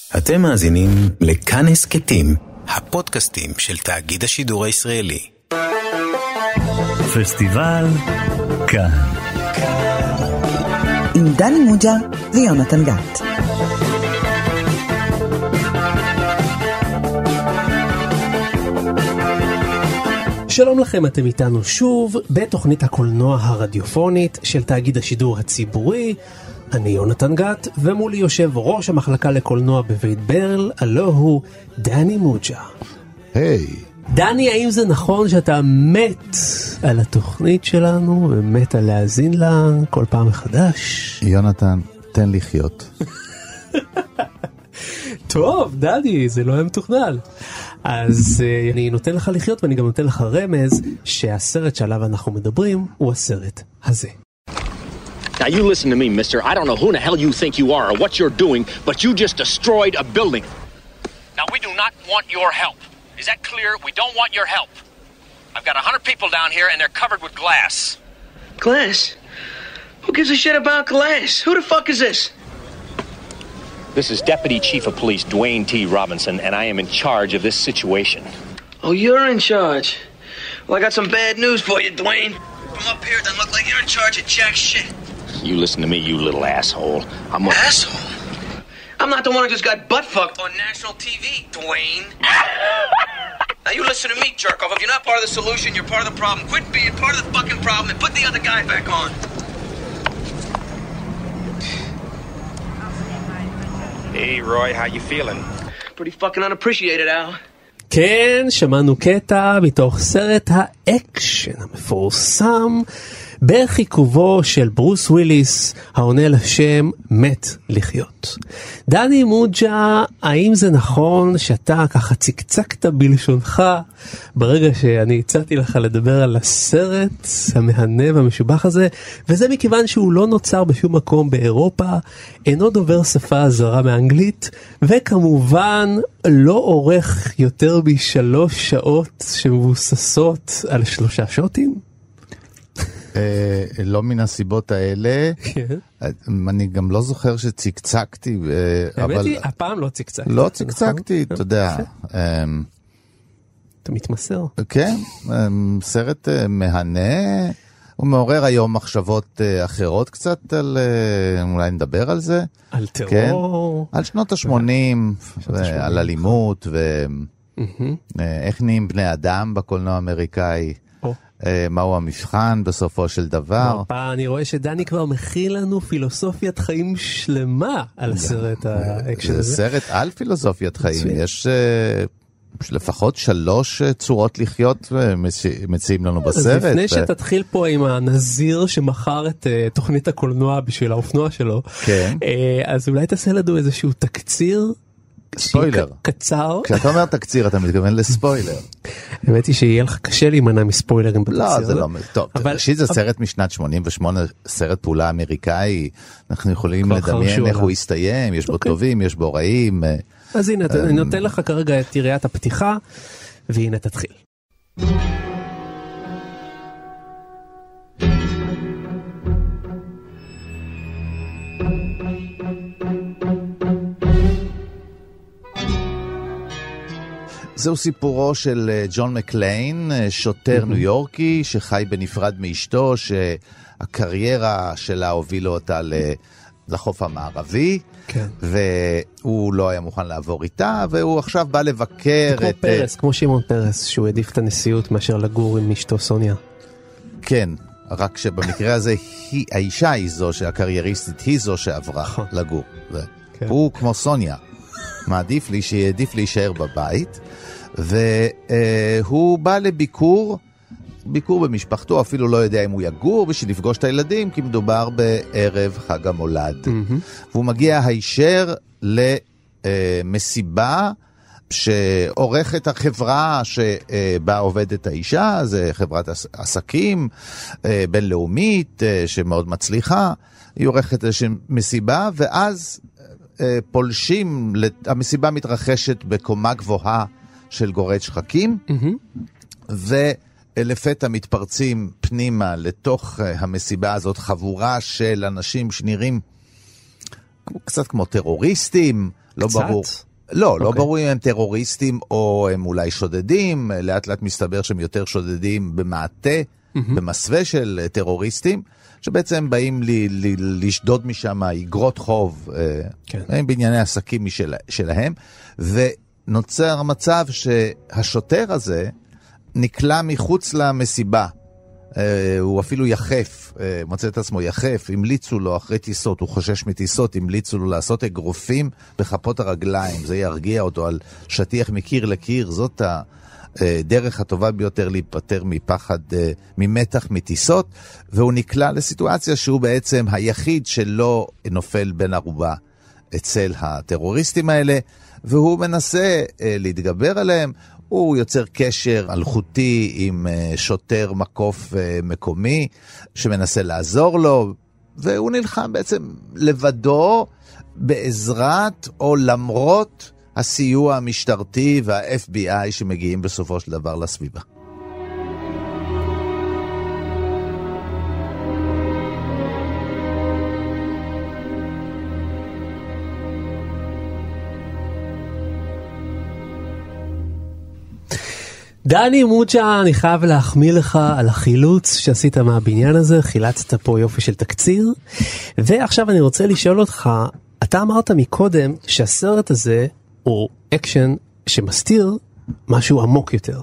אתם מאזינים לכאן הסקטים, הפודקאסטים של תאגיד השידור הישראלי. פסטיבל כאן. עם דני מוג'ה ויונתן גת. שלום לכם, אתם איתנו שוב בתוכנית הקולנוע הרדיופונית של תאגיד השידור הציבורי. אני יונתן גת, ומולי יושב ראש המחלקה לקולנוע בבית ברל, הלא הוא דני מוג'ה. היי. דני, האם זה נכון שאתה מת על התוכנית שלנו ומת על להאזין לה כל פעם מחדש? יונתן, תן לחיות. טוב, דני, זה לא היה מתוכנן. אז אני נותן לך לחיות, ואני גם נותן לך רמז שהסרט שעליו אנחנו מדברים הוא הסרט הזה. Now you listen to me, mister. I don't know who the hell you think you are or what you're doing, but you just destroyed a building. Now we do not want your help. Is that clear? We don't want your help. I've got 100 people down here and they're covered with glass. Glass? Who gives a shit about glass? Who the fuck is this? This is Deputy Chief of Police Dwayne T. Robinson, and I am in charge of this situation. Oh, you're in charge. Well, I got some bad news for you, Dwayne. From up here, it doesn't look like you're in charge of jack shit. You listen to me, you little asshole. Asshole? I'm not the one who just got butt-fucked on national TV, Dwayne. Now you listen to me, jerk-off. If you're not part of the solution, you're part of the problem. Quit being part of the fucking problem and put the other guy back on. Hey, Roy, how you feeling? Pretty fucking unappreciated, Al. כן, שמענו קטע מתוך סרט האקשן המפורסם בחיכובו של ברוס וויליס, העונה לשם מת לחיות. דני מוג'ה, האם זה נכון שאתה ככה צקצקת בלשונך ברגע שאני הצעתי לך לדבר על הסרט המהנה והמשובח הזה, וזה מכיוון שהוא לא נוצר בשום מקום באירופה, אינו דובר שפה זרה מאנגלית, וכמובן לא עורך יותר מ3 שעות שמבוססות על 3 שוטים? לא מן הסיבות האלה. אני גם לא זוכר שצקצקתי. האמת היא, הפעם לא צקצקתי. לא צקצקתי, אתה יודע. אתה מתמסר. כן, סרט מהנה. הוא מעורר היום מחשבות אחרות קצת, אולי נדבר על זה. על טרור. על שנות ה-80, על אלימות, ואיך נהיים בני אדם בקולנוע האמריקאי. מהו המבחן בסופו של דבר. אני רואה שדני כבר מכיל לנו פילוסופיית חיים שלמה על הסרט האקשן הזה. זה סרט על פילוסופיית חיים. יש לפחות 3 צורות לחיות מציעים לנו בסרט. אז לפני שתתחיל פה עם הנזיר שמכר את תוכנית הקולנוע בשביל האופנוע שלו, אז אולי תעשה לנו איזשהו תקציר ספוילר. קצר. כשאתה אומר תקציר, אתה מתכוון לספוילר. האמת היא שיהיה לך קשה להימנע מספוילרים בתקציר. לא, זה לא. טוב, ראשית זה סרט משנת 88, סרט פעולה אמריקאי. אנחנו יכולים לדמיין איך הוא יסתיים, יש בו טובים, יש בו רעים. אז הנה, אני נותן לך כרגע את יריית הפתיחה, והנה תתחיל. זהו סיפורו של ג'ון מקליין, שוטר ניו יורקי שחי בנפרד מאשתו, שהקריירה שלה הובילה אותה לחוף המערבי, והוא לא היה מוכן לעבור איתה, והוא עכשיו בא לבקר כמו פרס, כמו שמעון פרס, שהוא העדיף את הנשיאות מאשר לגור עם אשתו סוניה. כן, רק שבמקרה הזה האישה היא זו, שהקרייריסטית היא זו שעברה לגור. הוא כמו סוניה. מעדיף להישאר בבית, והוא בא לביקור במשפחתו, אפילו לא יודע אם הוא יגור בשביל לפגוש את הילדים, כי מדובר בערב חג המולד. והוא מגיע הישר למסיבה שעורכת החברה שבה עובדת האישה, זה חברת עסקים בינלאומית שמאוד מצליחה, היא עורכת איזושהי מסיבה, ואז פולשים, המסיבה מתרחשת בקומה גבוהה של גורד שחקים, ולפתע מתפרצים פנימה לתוך המסיבה הזאת חבורה של אנשים שנראים קצת כמו טרוריסטים, לא ברור. לא ברור אם הם טרוריסטים או הם אולי שודדים, לאט לאט מסתבר שהם יותר שודדים במעטה, במסווה של טרוריסטים, שבעצם באים לשדוד משם איגרות חוב, בענייני עסקים שלהם, ונוצר מצב שהשוטר הזה נקלע מחוץ למסיבה, הוא אפילו יחף, מוצא את עצמו יחף, המליצו לו אחרי טיסות, הוא חושש מטיסות, המליצו לו לעשות אגרופים בחפות הרגליים, זה ירגיע אותו על שטיח מקיר לקיר, זאת הדרך הטובה ביותר להיפטר מפחד, ממתח מטיסות, והוא נקלע לסיטואציה שהוא בעצם היחיד שלא נופל בין ערובה אצל הטרוריסטים האלה, והוא מנסה להתגבר עליהם, הוא יוצר קשר אלחוטי עם שוטר מקוף מקומי שמנסה לעזור לו, והוא נלחם בעצם לבדו בעזרת או למרות הסיוע המשטרתי וה-FBI שמגיעים בסופו של דבר לסביבה. דני מוג'ה, אני חייב להחמיא לך על החילוץ שעשית מהבניין הזה, חילצת פה יופי של תקציר, ועכשיו אני רוצה לשאול אותך, אתה אמרת מקודם שהסרט הזה הוא אקשן שמסתיר משהו עמוק יותר.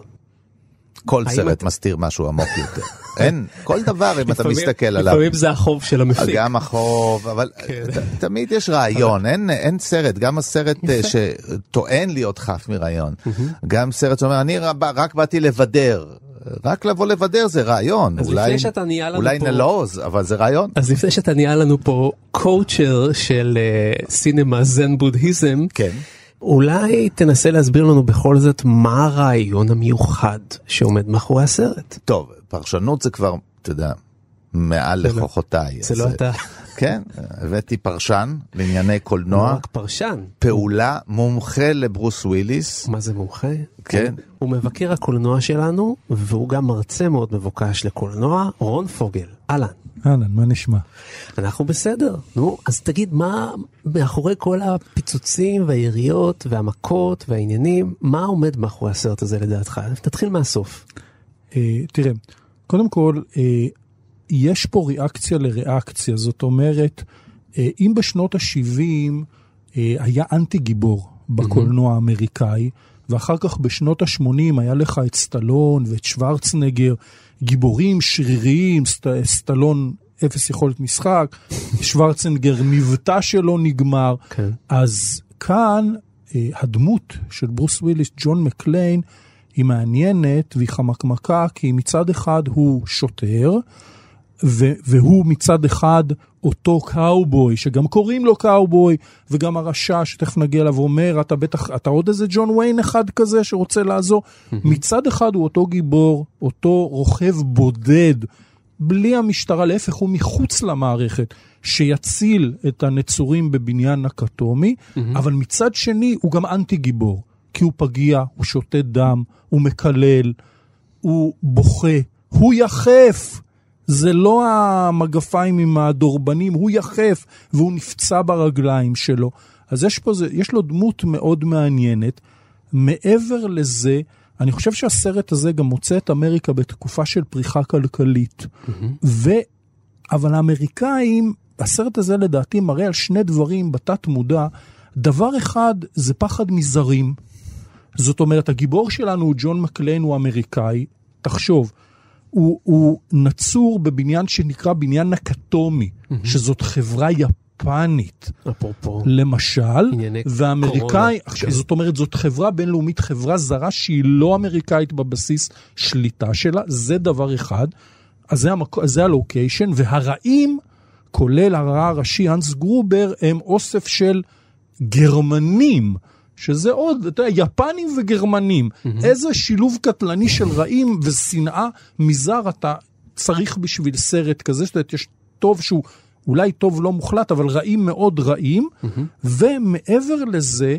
כל סרט מסתיר משהו עמוק יותר. אין, כל דבר אם אתה מסתכל עליו. לפעמים זה החוב של המפיק. גם החוב, אבל תמיד יש רעיון, אין סרט, גם הסרט שטוען להיות חף מרעיון. גם סרט שאומר, אני רק באתי לבדר. רק לבוא לבדר זה רעיון. אולי נלוז, אבל זה רעיון. אז לפני שאתה נהיה לנו פה קואוצ'ר של סינמה זן בודהיזם, כן. אולי תנסה להסביר לנו בכל זאת מה הרעיון המיוחד שעומד מאחורי הסרט. טוב, פרשנות זה כבר, אתה יודע, מעל לכוחותיי. זה לא אתה. כן, הבאתי פרשן לענייני קולנוע. לא רק פרשן. פעולה, מומחה לברוס וויליס. מה זה מומחה? כן. הוא מבקר הקולנוע שלנו, והוא גם מרצה מאוד מבוקש לקולנוע, רון פוגל. אהלן. אהלן, מה נשמע? אנחנו בסדר. נו, אז תגיד, מה מאחורי כל הפיצוצים והיריות והמכות והעניינים, מה עומד מאחורי הסרט הזה לדעתך? תתחיל מהסוף. תראה, קודם כל, יש פה ריאקציה לריאקציה. זאת אומרת, אם בשנות ה-70 היה אנטי גיבור בקולנוע האמריקאי, ואחר כך בשנות ה-80 היה לך את סטלון ואת שוורצנגר, גיבורים שריריים, סטלון אפס יכולת משחק, שוורצנגר מבטא שלו נגמר. כן. אז כאן הדמות של ברוס וויליס, ג'ון מקליין, היא מעניינת והיא חמקמקה, כי מצד אחד הוא שוטר, והוא מצד אחד אותו קאובוי, שגם קוראים לו קאובוי, וגם הרשע שתכף נגיע אליו אומר, אתה עוד איזה ג'ון וויין אחד כזה שרוצה לעזור. מצד אחד הוא אותו גיבור, אותו רוכב בודד, בלי המשטרה, להפך הוא מחוץ למערכת, שיציל את הנצורים בבניין הקטומי, אבל מצד שני הוא גם אנטי גיבור, כי הוא פגיע, הוא שותה דם, הוא מקלל, הוא בוכה, הוא יחף, זה לא המגפיים עם הדורבנים, הוא יחף והוא נפצע ברגליים שלו. אז יש לו דמות מאוד מעניינת. מעבר לזה, אני חושב שהסרט הזה גם מוצא את אמריקה בתקופה של פריחה כלכלית. אבל האמריקאים, הסרט הזה לדעתי מראה על שני דברים בתת מודע. דבר אחד זה פחד מזרים. זאת אומרת, הגיבור שלנו הוא ג'ון מקליין, הוא אמריקאי. תחשוב, הוא נצור בבניין שנקרא בניין נקטומי, שזאת חברה יפנית. אפרופו. למשל, והאמריקאי, זאת אומרת, זאת חברה בינלאומית, חברה זרה שהיא לא אמריקאית בבסיס שליטה שלה, זה דבר אחד. אז זה הלוקיישן, והרעים, כולל הרע הראשי, הנס גרובר, הם אוסף של גרמנים, שזה עוד, אתה יודע, יפנים וגרמנים. איזה שילוב קטלני של רעים ושנאה מזר אתה צריך בשביל סרט כזה, שאתה יודע, יש טוב שהוא אולי טוב לא מוחלט, אבל רעים מאוד רעים, ומעבר לזה,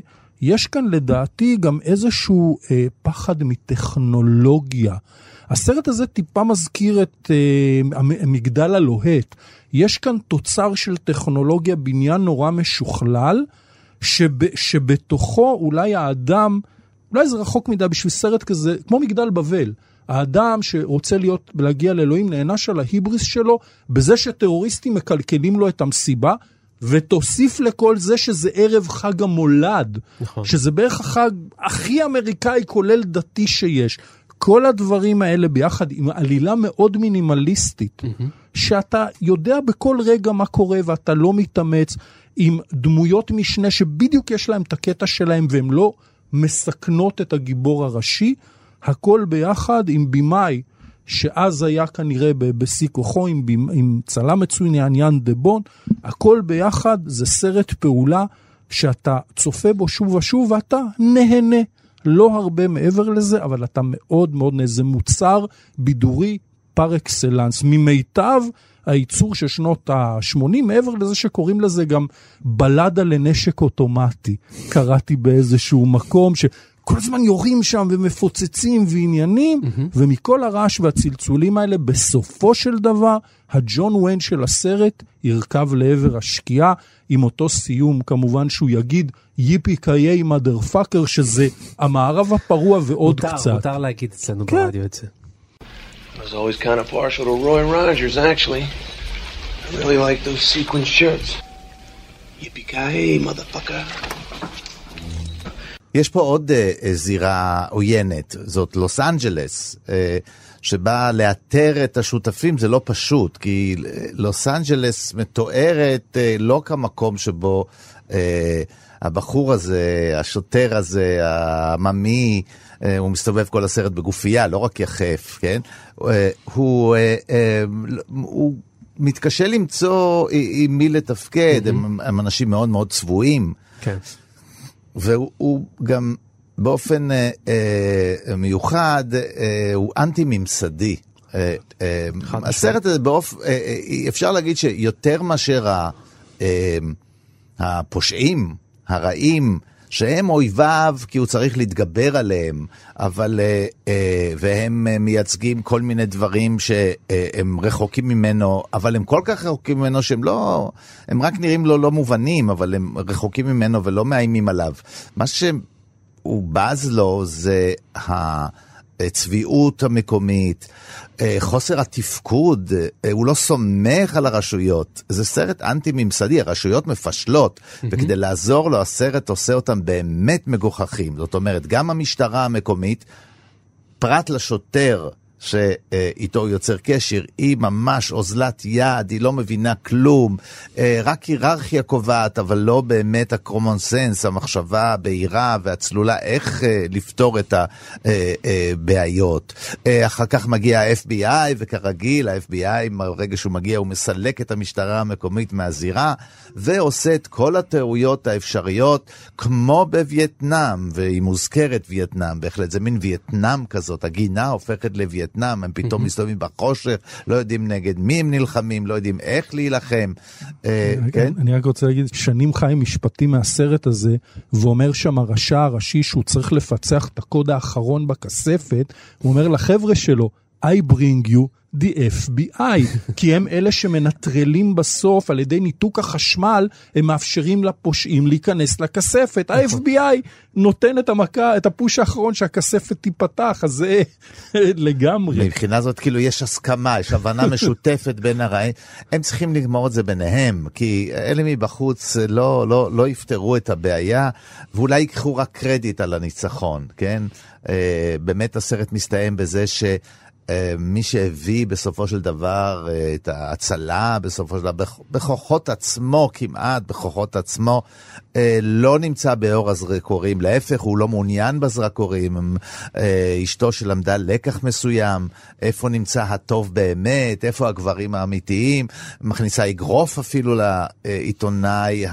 יש כאן לדעתי גם איזשהו פחד מטכנולוגיה. הסרט הזה טיפה מזכיר את מגדל הלוהט. יש כאן תוצר של טכנולוגיה, בניין נורא משוכלל, שבתוכו אולי האדם, אולי זה רחוק מדי בשביל סרט כזה, כמו מגדל בבל. האדם שרוצה להגיע לאלוהים נענש על ההיבריס שלו, בזה שטרוריסטים מקלקלים לו את המסיבה, ותוסיף לכל זה שזה ערב חג המולד, נכון. שזה בערך החג הכי אמריקאי כולל דתי שיש. כל הדברים האלה ביחד עם עלילה מאוד מינימליסטית, שאתה יודע בכל רגע מה קורה ואתה לא מתאמץ, עם דמויות משנה שבדיוק יש להם את הקטע שלהם והם לא מסכנות את הגיבור הראשי, הכל ביחד עם בימאי שאז היה כנראה בשיא כוחו, עם צלם מצוין יעניין דבון, הכל ביחד זה סרט פעולה שאתה צופה בו שוב ושוב ואתה נהנה. לא הרבה מעבר לזה, אבל אתה מאוד מאוד נהנה. זה מוצר בידורי פר אקסלנס, ממיטב הייצור של שנות ה-80, מעבר לזה שקוראים לזה גם בלדה לנשק אוטומטי. קראתי באיזשהו מקום שכל הזמן יורים שם ומפוצצים ועניינים, ומכל הרעש והצלצולים האלה, בסופו של דבר, הג'ון וויין של הסרט ירכב לעבר השקיעה, עם אותו סיום, כמובן שהוא יגיד, yippee ki motherfucker, שזה המערב הפרוע ועוד קצת. מותר להגיד אצלנו ברדיו את זה. I was always kind of partial to Roy Rogers, actually. I really like those sequin shirts. Yippee-ki-yay, motherfucker. יש פה עוד זירה עוינת, זאת לוס אנג'לס, שבאה לאתר את השותפים, זה לא פשוט, כי לוס אנג'לס מתוארת לא כמקום שבו הבחור הזה, השוטר הזה, הממי, הוא מסתובב כל הסרט בגופייה, לא רק יחף, כן? הוא מתקשה למצוא עם מי לתפקד, הם אנשים מאוד מאוד צבועים. כן. והוא גם באופן מיוחד, הוא אנטי-ממסדי. הסרט הזה אפשר להגיד שיותר מאשר הפושעים, הרעים, שהם אויביו כי הוא צריך להתגבר עליהם, אבל והם מייצגים כל מיני דברים שהם רחוקים ממנו, אבל הם כל כך רחוקים ממנו שהם לא, הם רק נראים לו לא מובנים, אבל הם רחוקים ממנו ולא מאיימים עליו. מה שהוא בז לו זה הצביעות המקומית, חוסר התפקוד, הוא לא סומך על הרשויות. זה סרט אנטי-ממסדי, הרשויות מפשלות, וכדי לעזור לו, הסרט עושה אותם באמת מגוחכים. זאת אומרת, גם המשטרה המקומית, פרט לשוטר שאיתו יוצר קשר, היא ממש אוזלת יד, היא לא מבינה כלום, רק היררכיה קובעת, אבל לא באמת הקומון סנס, המחשבה בהירה והצלולה, איך לפתור את הבעיות. אחר כך מגיע ה-FBI, וכרגיל, ה-FBI, ברגע שהוא מגיע, הוא מסלק את המשטרה המקומית מהזירה, ועושה את כל התיאוריות האפשריות, כמו בווייטנאם, והיא מוזכרת וייטנאם, בהחלט זה מין וייטנאם כזאת, הגינה הופכת לווייטנאם, הם פתאום מסתובבים בחושך, לא יודעים נגד מי הם נלחמים, לא יודעים איך להילחם. אני רק רוצה להגיד, שנים חי משפטים מהסרט הזה, ואומר שם הרשע הראשי שהוא צריך לפצח את הקוד האחרון בכספת, הוא אומר לחבר'ה שלו, I bring you the FBI, כי הם אלה שמנטרלים בסוף על ידי ניתוק החשמל, הם מאפשרים לפושעים להיכנס לכספת. ה-FBI נותן את המכה, את הפוש האחרון שהכספת תיפתח, אז זה לגמרי. מבחינה זאת כאילו יש הסכמה, יש הבנה משותפת בין הרעים, הם צריכים לגמור את זה ביניהם, כי אלה מבחוץ לא יפתרו את הבעיה, ואולי ייקחו רק קרדיט על הניצחון, כן? באמת הסרט מסתיים בזה מי שהביא בסופו של דבר את ההצלה, בסופו של דבר, בכוחות עצמו, כמעט בכוחות עצמו, לא נמצא באור הזרקורים, להפך, הוא לא מעוניין בזרקורים, אשתו שלמדה לקח מסוים, איפה נמצא הטוב באמת, איפה הגברים האמיתיים, מכניסה אגרוף אפילו לעיתונאי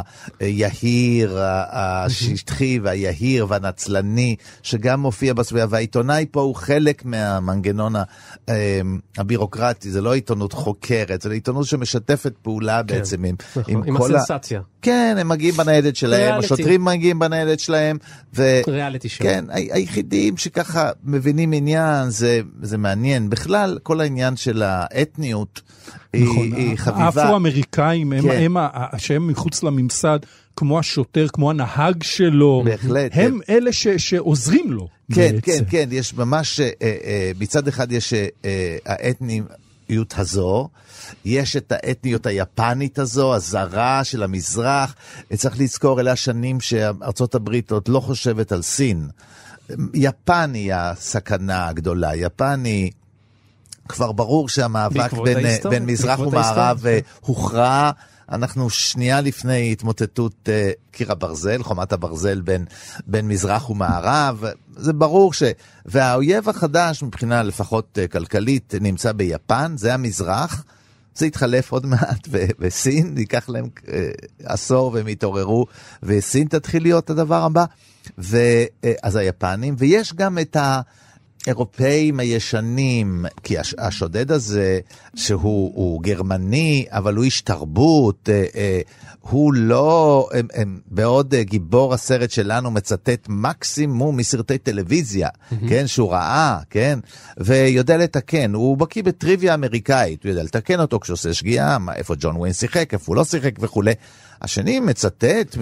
היהיר, השטחי והיהיר והנצלני, שגם מופיע בסביבה, והעיתונאי פה הוא חלק מהמנגנון הבירוקרטי, זה לא עיתונות חוקרת, זה עיתונות שמשתפת פעולה בעצם עם הסנסציה. כן, הם מגיעים בניידת שלהם, השוטרים מגיעים בניידת שלהם, ריאליטי שואו. כן, היחידים שככה מבינים עניין, זה מעניין. בכלל, כל העניין של האתניות היא חביבה. האפרו-אמריקאים שהם מחוץ לממסד, כמו השוטר, כמו הנהג שלו, בהחלט. הם אלה שעוזרים לו. כן, כן, כן, יש ממש, מצד אחד יש האתניות הזו, יש את האתניות היפנית הזו, הזרה של המזרח, צריך לזכור, אלה השנים שארצות הברית עוד לא חושבת על סין. יפן היא הסכנה הגדולה, יפן היא, כבר ברור שהמאבק בין מזרח ומערב הוכרע, אנחנו שנייה לפני התמוטטות קיר הברזל, חומת הברזל בין מזרח ומערב, זה ברור והאויב החדש מבחינה לפחות כלכלית נמצא ביפן, זה המזרח, זה יתחלף עוד מעט וסין, ייקח להם עשור והם יתעוררו, וסין תתחיל להיות הדבר הבא, אז היפנים, ויש גם את האירופאים הישנים, כי השודד הזה, שהוא גרמני, אבל הוא איש תרבות, הוא לא, בעוד גיבור הסרט שלנו מצטט מקסימום מסרטי טלוויזיה, כן, שהוא ראה, כן, ויודע לתקן, הוא בקיא בטריוויה אמריקאית, הוא יודע לתקן אותו כשעושה שגיאה, איפה ג'ון ווין שיחק, איפה הוא לא שיחק וכו'. השני מצטט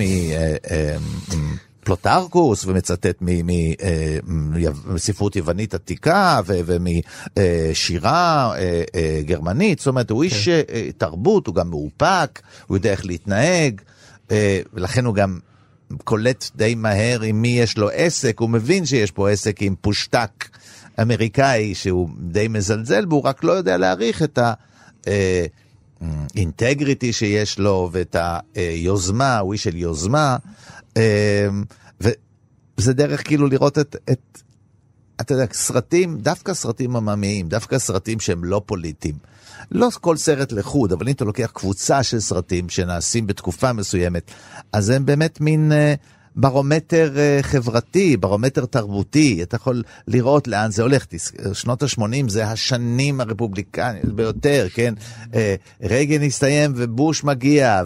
פלוטרקוס, ומצטט מספרות יוונית עתיקה, ומשירה גרמנית, זאת אומרת, הוא איש תרבות, הוא גם מאופק, הוא יודע איך להתנהג, ולכן הוא גם קולט די מהר עם מי יש לו עסק, הוא מבין שיש פה עסק עם פושטק אמריקאי, שהוא די מזלזל, והוא רק לא יודע להעריך את האינטגריטי שיש לו, ואת היוזמה, הוא איש של יוזמה, וזה דרך כאילו לראות אתה יודע, סרטים, דווקא סרטים עממיים, דווקא סרטים שהם לא פוליטיים. לא כל סרט לחוד, אבל אם אתה לוקח קבוצה של סרטים שנעשים בתקופה מסוימת, אז הם באמת מין ברומטר חברתי, ברומטר תרבותי. אתה יכול לראות לאן זה הולך. שנות ה-80 זה השנים הרפובליקניות ביותר, כן? רייגן הסתיים ובוש מגיע,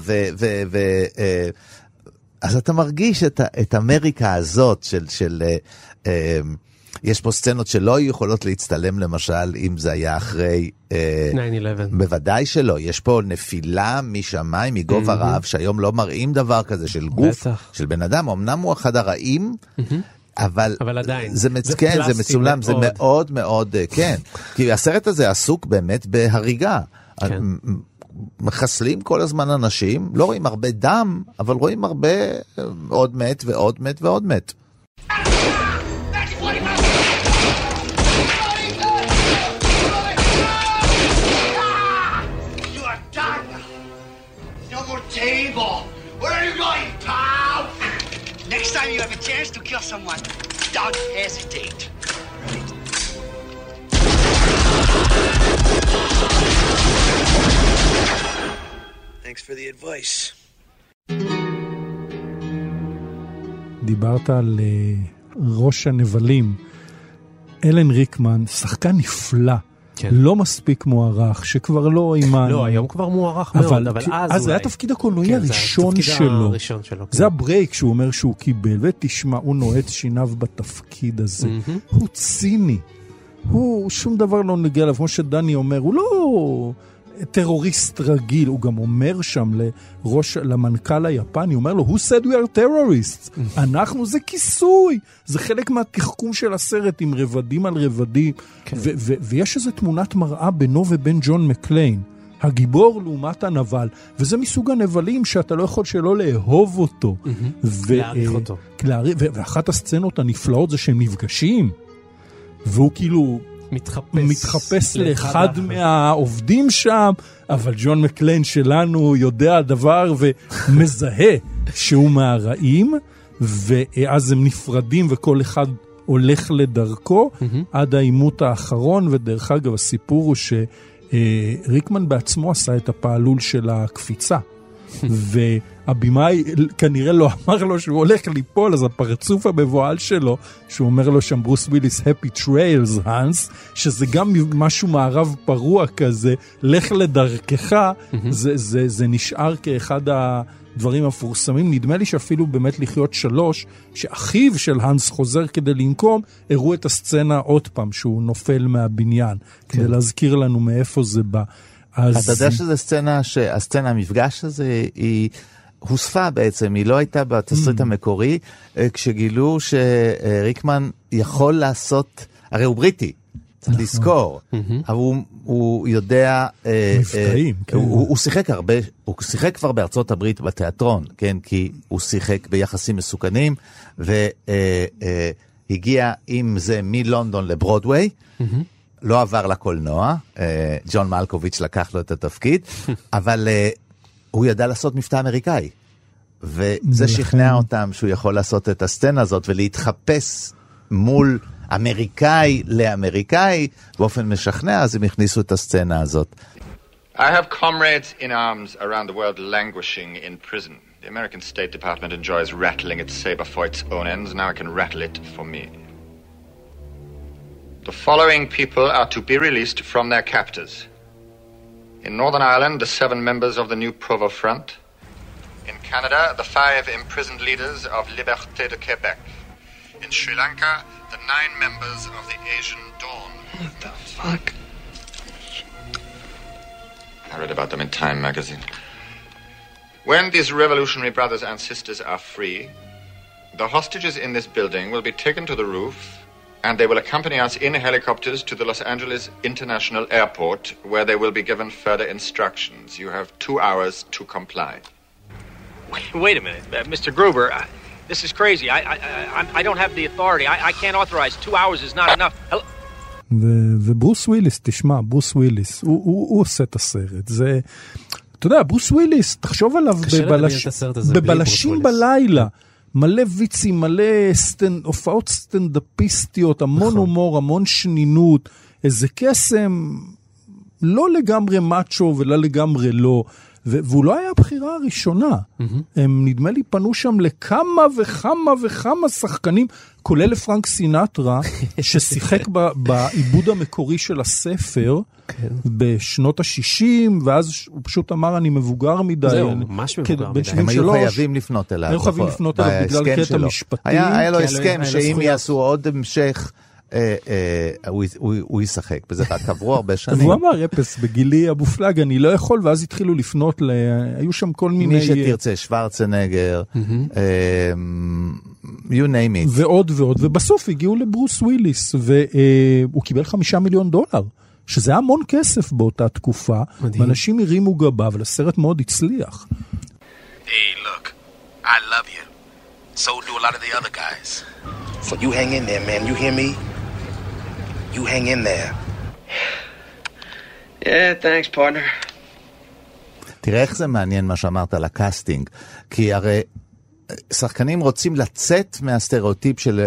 אז אתה מרגיש את אמריקה הזאת של יש פה סצנות שלא יכולות להצטלם למשל אם זה היה אחרי 9/11. בוודאי שלא, יש פה נפילה משמיים, מגובה רב, שהיום לא מראים דבר כזה של גוף, של בן אדם, אמנם הוא אחד הרעים, אבל עדיין, זה מצולם, זה מאוד מאוד, כן, כי הסרט הזה עסוק באמת בהריגה, מחסלים כל הזמן אנשים, לא רואים הרבה דם, אבל רואים הרבה עוד מת ועוד מת ועוד מת. Where are you going, pal? Next time you have a chance to kill someone, don't hesitate. Thanks for the advice. דיברת על ראש הנבלים, אלן ריקמן, שחקן נפלא. כן. לא מספיק מוערך, שכבר לא אימן. לא, היום כבר מוערך מאוד, אבל אז זה התפקיד הקולנועי הראשון שלו. זה הברייק שהוא אומר שהוא קיבל, ותשמע, הוא נועץ שיניו בתפקיד הזה. הוא ציני. הוא שום דבר לא נגיע אליו, כמו שדני אומר, הוא לא טרוריסט רגיל, הוא גם אומר שם למנכ"ל היפני, הוא אומר לו, who said we are terrorists? אנחנו זה כיסוי, זה חלק מהתחכום של הסרט עם רבדים על רבדים, ויש איזו תמונת מראה בינו ובין ג'ון מקליין, הגיבור לעומת הנבל, וזה מסוג הנבלים שאתה לא יכול שלא לאהוב אותו, להעריך אותו. ואחת הסצנות הנפלאות זה שהם נפגשים, והוא כאילו מתחפש לאחד מהעובדים שם, אבל ג'ון מקליין שלנו יודע דבר ומזהה שהוא מהרעים, ואז הם נפרדים וכל אחד הולך לדרכו עד העימות האחרון. ודרך אגב הסיפור הוא שריקמן בעצמו עשה את הפעלול של הקפיצה, והבימאי כנראה לא אמר לו שהוא הולך ליפול, אז הפרצוף המבועל שלו, שהוא אומר לו שם ברוס וויליס, Happy Trails, הנס, שזה גם משהו מערב פרוע כזה, לך לדרכך, זה נשאר כאחד הדברים המפורסמים, נדמה לי שאפילו באמת לחיות 3, שאחיו של הנס חוזר כדי לנקום, הראו את הסצנה עוד פעם, שהוא נופל מהבניין, כדי להזכיר לנו מאיפה זה בא. אתה יודע שזו סצנה, שהסצנה, המפגש הזה, היא הוספה בעצם, היא לא הייתה בתסריט המקורי, כשגילו שריקמן יכול לעשות, הרי הוא בריטי, צריך לזכור, אבל הוא יודע, הוא שיחק הרבה, הוא שיחק כבר בארצות הברית בתיאטרון, כן, כי הוא שיחק ביחסים מסוכנים, והגיע עם זה מלונדון לברודווי, לא עבר לקולנוע, ג'ון מלקוביץ' לקח לו את התפקיד, אבל הוא ידע לעשות מבטא אמריקאי, וזה שכנע אותם שהוא יכול לעשות את הסצנה הזאת, ולהתחפש מול אמריקאי לאמריקאי, באופן משכנע, אז הם הכניסו את הסצנה הזאת. I have comrades in arms around the world languishing in prison. The American State Department enjoys rattling its saber for its own ends, now it can rattle it for me. The following people are to be released from their captors. In Northern Ireland, the 7 members of the new Provo Front. In Canada, the 5 imprisoned leaders of Liberté de Québec. In Sri Lanka, the 9 members of the Asian Dawn. What the fuck? I read about them in Time magazine. When these revolutionary brothers and sisters are free, the hostages in this building will be taken to the roof, and they will accompany us in helicopters to the Los Angeles International Airport, where they will be given further instructions. You have 2 hours to comply. Wait a minute, Mr. Gruber. This is crazy. I don't have the authority. I can't authorize. 2 hours is not enough. וברוס וויליס, תשמע, ברוס וויליס, הוא עושה את הסרט. זה, אתה יודע, ברוס וויליס, תחשוב עליו בבלשים בלילה. מלא ויצים, מלא הופעות סטנדאפיסטיות, המון הומור, המון שנינות, איזה קסם, לא לגמרי מאצ'ו ולא לגמרי לא. והוא לא היה הבחירה הראשונה. הם נדמה לי פנו שם לכמה וכמה וכמה שחקנים, כולל לפרנק סינטרה, ששיחק בעיבוד המקורי של הספר, בשנות ה-60, ואז הוא פשוט אמר, אני מבוגר מדי. זהו, ממש מבוגר מדי. הם היו חייבים לפנות אליו. היו חייבים לפנות אליו בגלל קטע משפטי. היה לו הסכם שאם יעשו עוד המשך, הוא ישחק, וזה רק עברו הרבה שנים. והוא אמר, אפס, בגילי המופלג, אני לא יכול, ואז התחילו לפנות, היו שם כל מיני... מי שתרצה, שוורצנגר, you name it. ועוד ועוד, ובסוף הגיעו לברוס וויליס, והוא קיבל $5 מיליון, שזה המון כסף באותה תקופה, ואנשים הרימו גבה, אבל הסרט מאוד הצליח. Hey, look, I love you. So do a lot of the other guys. So you hang in there, man. You hear me? You hang in there. Yeah, thanks, partner. תראה איך זה מעניין מה שאמרת על הקאסטינג, כי הרי שחקנים רוצים לצאת מהסטריאוטיפ של...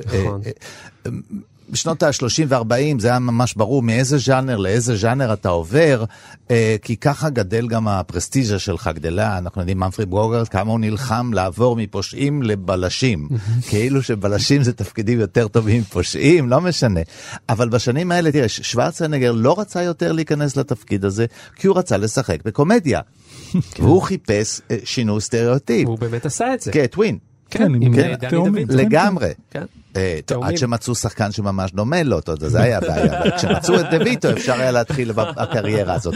בשנות ה-30 ו-40 זה היה ממש ברור מאיזה ז'אנר לאיזה ז'אנר אתה עובר, כי ככה גדל גם הפרסטיג'ה שלך גדלה. אנחנו יודעים מנפריד בוגרט כמה הוא נלחם לעבור מפושעים לבלשים, כאילו שבלשים זה תפקידים יותר טובים מפושעים, לא משנה. אבל בשנים האלה, תראה, שוורצנגר לא רצה יותר להיכנס לתפקיד הזה, כי הוא רצה לשחק בקומדיה. והוא חיפש שינוי סטריאוטיפ. והוא באמת עשה את זה. כן, טווין. כן, עם דני דוד. לגמרי. עד שמצאו שחקן שממש דומה לו, זה היה בעיה, אבל כשמצאו את דויטו אפשר היה להתחיל בקריירה הזאת.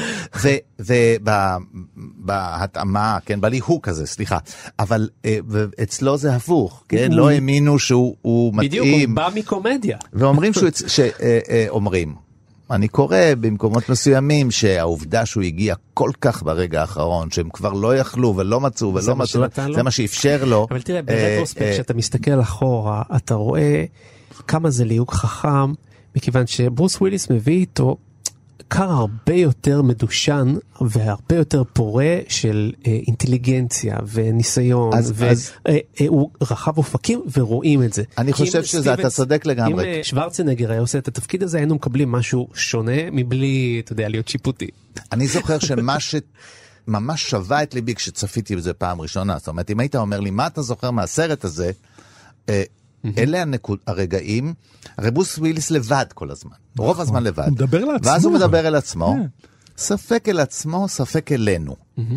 ובהתאמה, כן, בליהוק הזה, סליחה, אבל אצלו זה הפוך, כן, לא האמינו שהוא מתאים. בדיוק, הוא בא מקומדיה. ואומרים שאומרים, אני קורא במקומות מסוימים שהעובדה שהוא הגיע כל כך ברגע האחרון, שהם כבר לא יכלו ולא מצאו ולא מצאו, זה מה שאפשר לו. אבל תראה, ברטרוספקט, כשאתה מסתכל אחורה, אתה רואה כמה זה ליהוק חכם, מכיוון שברוס וויליס מביא איתו קר הרבה יותר מדושן והרבה יותר פורה של אינטליגנציה וניסיון, והוא רחב אופקים ורואים את זה. אני חושב שזה, אתה צודק לגמרי. אם שוורצנגר היה עושה את התפקיד הזה, היינו מקבלים משהו שונה מבלי, אתה יודע, להיות שיפוטי. אני זוכר שמה שממש שווה את ליבי כשצפיתי בזה פעם ראשונה, זאת אומרת, אם היית אומר לי, מה אתה זוכר מהסרט הזה, אלה הרגעים, הרי ברוס וויליס לבד כל הזמן, רוב הזמן לבד. הוא מדבר לעצמו. ואז הוא מדבר אל עצמו, ספק אל עצמו, ספק אלינו.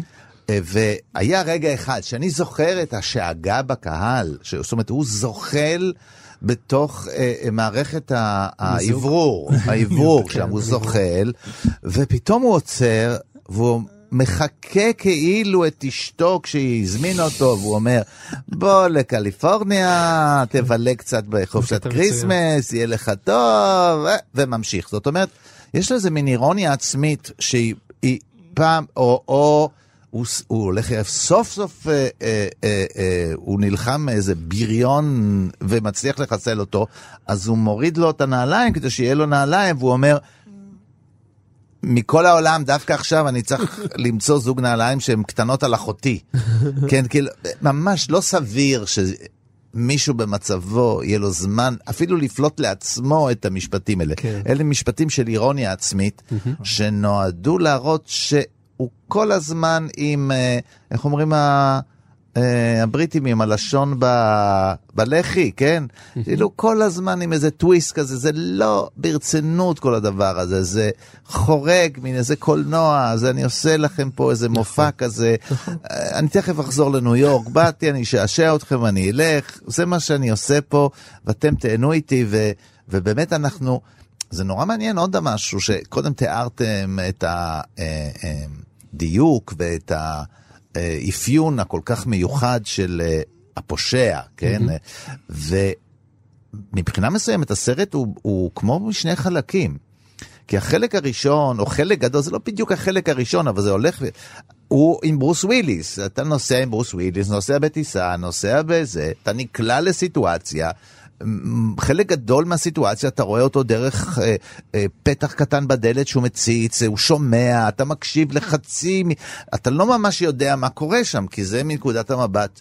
והיה רגע אחד שאני זוכר את השאגה בקהל, זאת אומרת, הוא זוחל בתוך מערכת העברור, שם הוא זוחל, ופתאום הוא עוצר, והוא מחכה כאילו את אשתו כשהיא הזמינה אותו, והוא אומר, בוא לקליפורניה, תבלה קצת בחופשת קריסמס, יהיה לך טוב, וממשיך. זאת אומרת, יש לו איזה מין אירוניה עצמית, שהיא פעם, או הוא הולך, סוף סוף הוא נלחם מאיזה בריון ומצליח לחסל אותו, אז הוא מוריד לו את הנעליים כדי שיהיה לו נעליים, והוא אומר, מכל העולם, דווקא עכשיו אני צריך למצוא זוג נעליים שהן קטנות על אחותי. כן, כאילו, ממש לא סביר שמישהו במצבו יהיה לו זמן, אפילו לפלוט לעצמו את המשפטים האלה. אלה משפטים של אירוניה עצמית, שנועדו להראות שהוא כל הזמן עם, איך אומרים הבריטים, עם הלשון בלחי, כן? כאילו כל הזמן עם איזה טוויסט כזה, זה לא ברצינות כל הדבר הזה, זה חורג מן איזה קולנוע, אז אני עושה לכם פה איזה מופע כזה, אני תכף אחזור לניו יורק, באתי, אני אשעשע אתכם, אני אלך, זה מה שאני עושה פה, ואתם תהנו איתי, ובאמת אנחנו, זה נורא מעניין עוד משהו, שקודם תיארתם את הדיוק ואת האפיון הכל כך מיוחד של הפושע, כן? ומבחינה מסוימת הסרט הוא כמו משני חלקים. כי החלק הראשון, או חלק גדול, זה לא בדיוק החלק הראשון, אבל זה הולך, הוא עם ברוס וויליס. אתה נוסע עם ברוס וויליס, נוסע בטיסה, נוסע בזה, אתה נקלע לסיטואציה, חלק גדול מהסיטואציה, אתה רואה אותו דרך פתח קטן בדלת שהוא מציץ, הוא שומע, אתה מקשיב לחצי, אתה לא ממש יודע מה קורה שם, כי זה מנקודת המבט.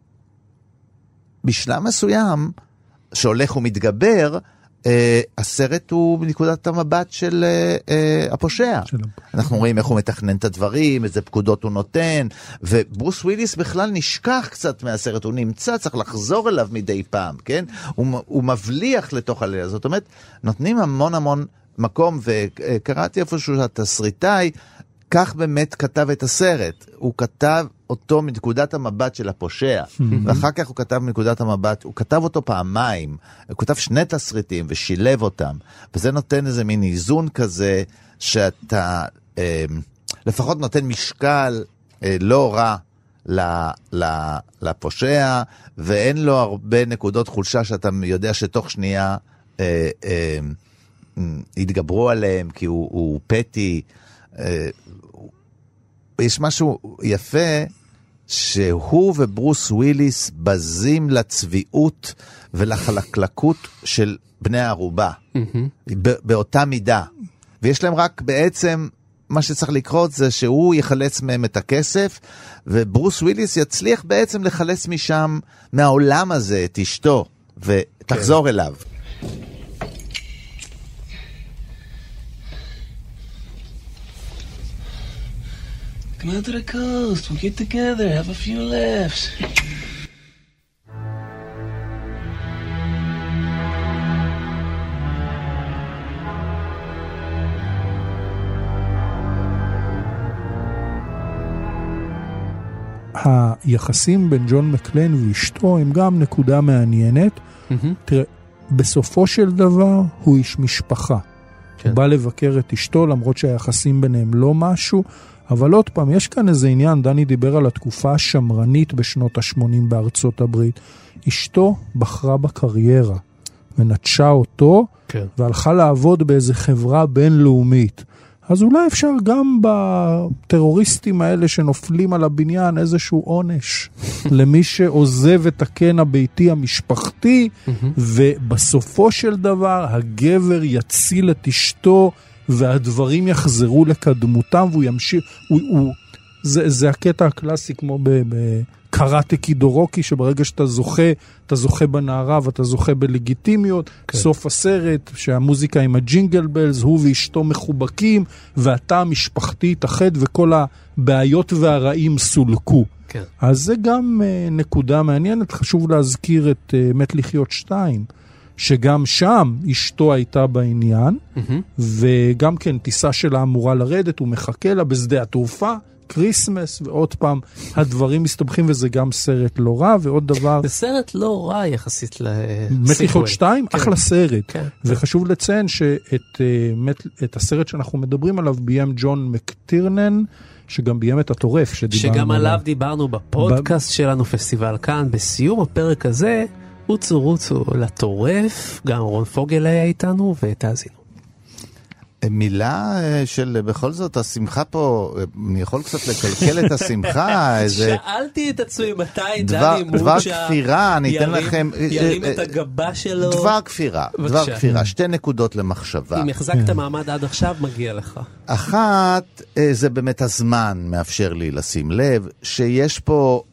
בשלב מסוים, שהולך ומתגבר, הסרט הוא בנקודת המבט של הפושע. אנחנו רואים איך הוא מתכנן את הדברים, איזה פקודות הוא נותן, וברוס וויליס בכלל נשכח קצת מהסרט, הוא נמצא, צריך לחזור אליו מדי פעם, כן? הוא מבליח לתוך הלילה, זאת אומרת, נותנים המון המון מקום, וקראתי איפשהו שהתסריטאי, כך באמת כתב את הסרט, הוא כתב אותו מנקודת המבט של הפושע, ואחר כך הוא כתב מנקודת המבט, הוא כתב אותו פעמיים, הוא כתב שני תסריטים ושילב אותם, וזה נותן איזה מין איזון כזה, שאתה לפחות נותן משקל לא רע לפושע, ואין לו הרבה נקודות חולשה, שאתה יודע שתוך שנייה יתגברו עליהם, כי הוא פטי, יש משהו יפה שהוא וברוס וויליס בזים לצביעות ולחלקלקות של בני הערובה באותה מידה, ויש להם רק בעצם מה שצריך לקרות זה שהוא יחלץ מהם את הכסף, וברוס וויליס יצליח בעצם לחלץ משם מהעולם הזה את אשתו ותחזור אליו. Come out to the coast, we'll get together, have a few laughs. היחסים בין ג'ון מקליין ואשתו הם גם נקודה מעניינת. תראה, בסופו של דבר הוא איש משפחה. הוא בא לבקר את אשתו למרות שהיחסים ביניהם לא משהו, אבל עוד פעם, יש כאן איזה עניין, דני דיבר על התקופה השמרנית בשנות ה-80 בארצות הברית. אשתו בחרה בקריירה, ונטשה אותו, והלכה לעבוד באיזה חברה בינלאומית. אז אולי אפשר גם בטרוריסטים האלה שנופלים על הבניין איזשהו עונש, למי שעוזב את הקן הביתי המשפחתי, ובסופו של דבר הגבר יציל את אשתו, והדברים יחזרו לקדמותם, והוא ימשיך, זה הקטע הקלאסי כמו בקראטה קידורוקי, שברגע שאתה זוכה, אתה זוכה בנערה ואתה זוכה בלגיטימיות, סוף הסרט, שהמוזיקה עם הג'ינגל בלז, הוא ואשתו מחובקים, ואתה המשפחתי התאחד, וכל הבעיות והרעים סולקו. אז זה גם נקודה מעניינת, חשוב להזכיר את מת לחיות 2, שגם שם אשתו הייתה בעניין, וגם כן טיסה שלה אמורה לרדת, הוא מחכה לה בשדה התעופה, קריסמס, ועוד פעם הדברים מסתבכים, וזה גם סרט לא רע, ועוד דבר... זה סרט לא רע יחסית מת לחיות 2, אחלה סרט. וחשוב לציין שאת הסרט שאנחנו מדברים עליו ביים ג'ון מקטירנן, שגם ביים את הטורף שגם עליו דיברנו בפודקאסט שלנו, פסטיבל כאן. בסיום הפרק הזה, רוצו לטורף, גם רון פוגל היה איתנו, ותאזינו. מילה של בכל זאת השמחה פה, אני יכול קצת לקלקל את השמחה. שאלתי את עצמי מתי דני מוג'ה ירים את הגבה שלו. דבר כפירה, שתי נקודות למחשבה. אם החזקת מעמד עד עכשיו, מגיע לך. אחת, זה באמת הזמן מאפשר לי לשים לב, שיש